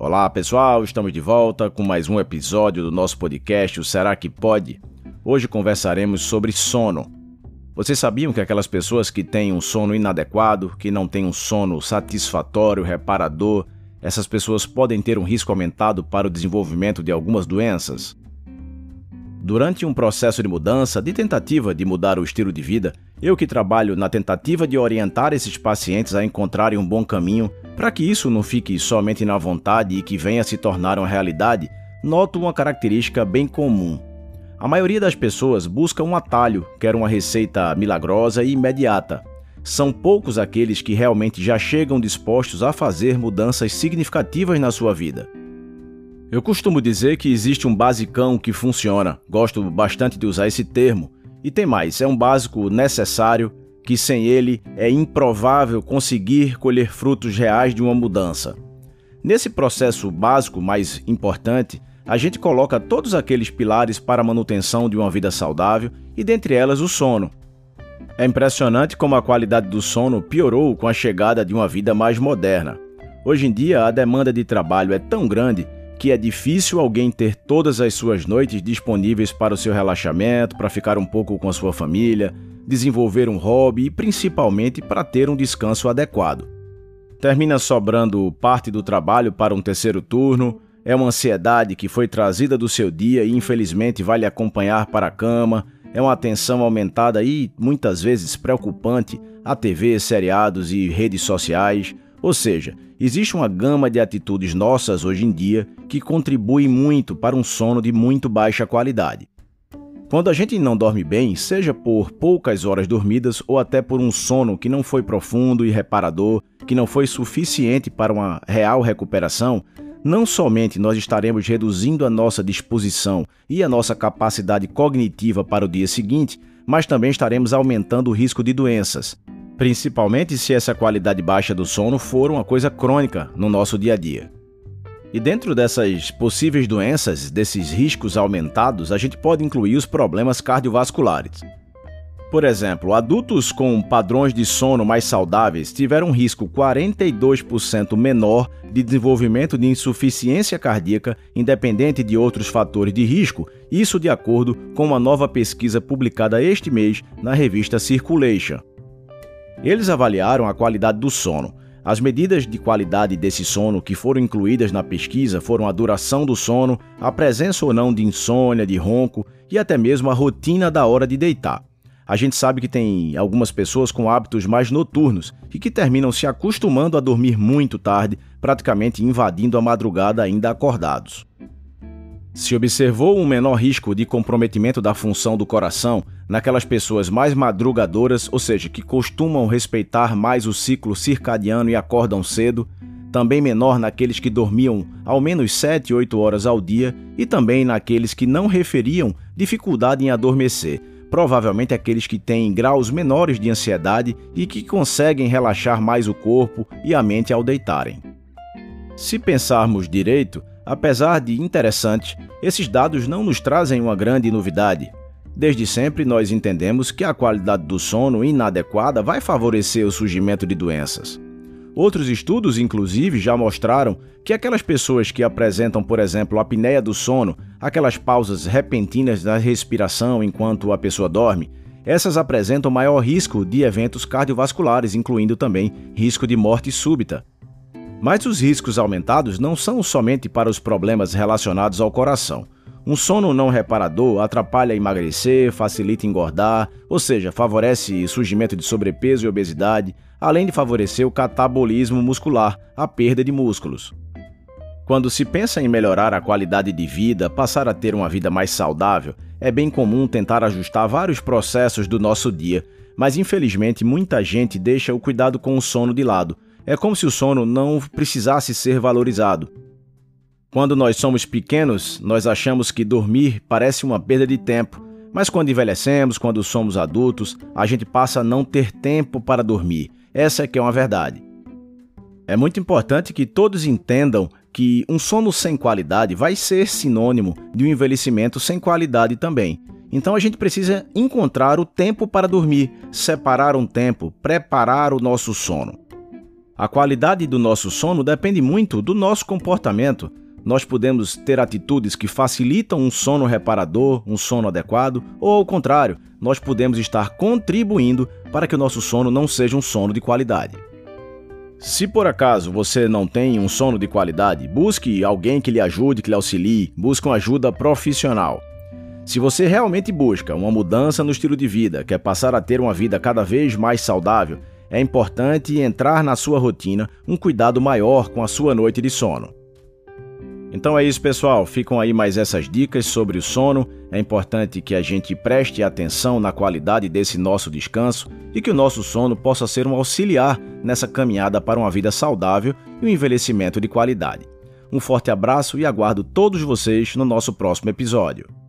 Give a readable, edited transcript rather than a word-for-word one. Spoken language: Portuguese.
Olá pessoal, estamos de volta com mais um episódio do nosso podcast, o Será que Pode? Hoje conversaremos sobre sono. Vocês sabiam que aquelas pessoas que têm um sono inadequado, que não têm um sono satisfatório, reparador, essas pessoas podem ter um risco aumentado para o desenvolvimento de algumas doenças? Durante um processo de mudança, de tentativa de mudar o estilo de vida, eu que trabalho na tentativa de orientar esses pacientes a encontrarem um bom caminho, para que isso não fique somente na vontade e que venha a se tornar uma realidade, noto uma característica bem comum. A maioria das pessoas busca um atalho, quer uma receita milagrosa e imediata. São poucos aqueles que realmente já chegam dispostos a fazer mudanças significativas na sua vida. Eu costumo dizer que existe um basicão que funciona, gosto bastante de usar esse termo. E tem mais, é um básico necessário, que sem ele é improvável conseguir colher frutos reais de uma mudança. Nesse processo básico mais importante, a gente coloca todos aqueles pilares para a manutenção de uma vida saudável e dentre elas o sono. É impressionante como a qualidade do sono piorou com a chegada de uma vida mais moderna. Hoje em dia, a demanda de trabalho é tão grande que é difícil alguém ter todas as suas noites disponíveis para o seu relaxamento, para ficar um pouco com a sua família, desenvolver um hobby e principalmente para ter um descanso adequado. Termina sobrando parte do trabalho para um terceiro turno, é uma ansiedade que foi trazida do seu dia e infelizmente vai lhe acompanhar para a cama, é uma atenção aumentada e muitas vezes preocupante a TV, seriados e redes sociais. Ou seja, existe uma gama de atitudes nossas hoje em dia que contribuem muito para um sono de muito baixa qualidade. Quando a gente não dorme bem, seja por poucas horas dormidas ou até por um sono que não foi profundo e reparador, que não foi suficiente para uma real recuperação, não somente nós estaremos reduzindo a nossa disposição e a nossa capacidade cognitiva para o dia seguinte, mas também estaremos aumentando o risco de doenças. Principalmente se essa qualidade baixa do sono for uma coisa crônica no nosso dia a dia. E dentro dessas possíveis doenças, desses riscos aumentados, a gente pode incluir os problemas cardiovasculares. Por exemplo, adultos com padrões de sono mais saudáveis tiveram um risco 42% menor de desenvolvimento de insuficiência cardíaca, independente de outros fatores de risco, isso de acordo com uma nova pesquisa publicada este mês na revista Circulation. Eles avaliaram a qualidade do sono. As medidas de qualidade desse sono que foram incluídas na pesquisa foram a duração do sono, a presença ou não de insônia, de ronco e até mesmo a rotina da hora de deitar. A gente sabe que tem algumas pessoas com hábitos mais noturnos e que terminam se acostumando a dormir muito tarde, praticamente invadindo a madrugada ainda acordados. Se observou um menor risco de comprometimento da função do coração naquelas pessoas mais madrugadoras, ou seja, que costumam respeitar mais o ciclo circadiano e acordam cedo, também menor naqueles que dormiam ao menos 7, 8 horas ao dia e também naqueles que não referiam dificuldade em adormecer, provavelmente aqueles que têm graus menores de ansiedade e que conseguem relaxar mais o corpo e a mente ao deitarem. Se pensarmos direito, apesar de interessantes, esses dados não nos trazem uma grande novidade. Desde sempre nós entendemos que a qualidade do sono inadequada vai favorecer o surgimento de doenças. Outros estudos, inclusive, já mostraram que aquelas pessoas que apresentam, por exemplo, apneia do sono, aquelas pausas repentinas da respiração enquanto a pessoa dorme, essas apresentam maior risco de eventos cardiovasculares, incluindo também risco de morte súbita. Mas os riscos aumentados não são somente para os problemas relacionados ao coração. Um sono não reparador atrapalha emagrecer, facilita engordar, ou seja, favorece o surgimento de sobrepeso e obesidade, além de favorecer o catabolismo muscular, a perda de músculos. Quando se pensa em melhorar a qualidade de vida, passar a ter uma vida mais saudável, é bem comum tentar ajustar vários processos do nosso dia, mas infelizmente muita gente deixa o cuidado com o sono de lado. É como se o sono não precisasse ser valorizado. Quando nós somos pequenos, nós achamos que dormir parece uma perda de tempo, mas quando envelhecemos, quando somos adultos, a gente passa a não ter tempo para dormir. Essa é que é uma verdade. É muito importante que todos entendam que um sono sem qualidade vai ser sinônimo de um envelhecimento sem qualidade também. Então a gente precisa encontrar o tempo para dormir, separar um tempo, preparar o nosso sono. A qualidade do nosso sono depende muito do nosso comportamento. Nós podemos ter atitudes que facilitam um sono reparador, um sono adequado, ou ao contrário, nós podemos estar contribuindo para que o nosso sono não seja um sono de qualidade. Se por acaso você não tem um sono de qualidade, busque alguém que lhe ajude, que lhe auxilie, busque uma ajuda profissional. Se você realmente busca uma mudança no estilo de vida, quer passar a ter uma vida cada vez mais saudável, é importante entrar na sua rotina um cuidado maior com a sua noite de sono. Então é isso, pessoal. Ficam aí mais essas dicas sobre o sono. É importante que a gente preste atenção na qualidade desse nosso descanso e que o nosso sono possa ser um auxiliar nessa caminhada para uma vida saudável e um envelhecimento de qualidade. Um forte abraço e aguardo todos vocês no nosso próximo episódio.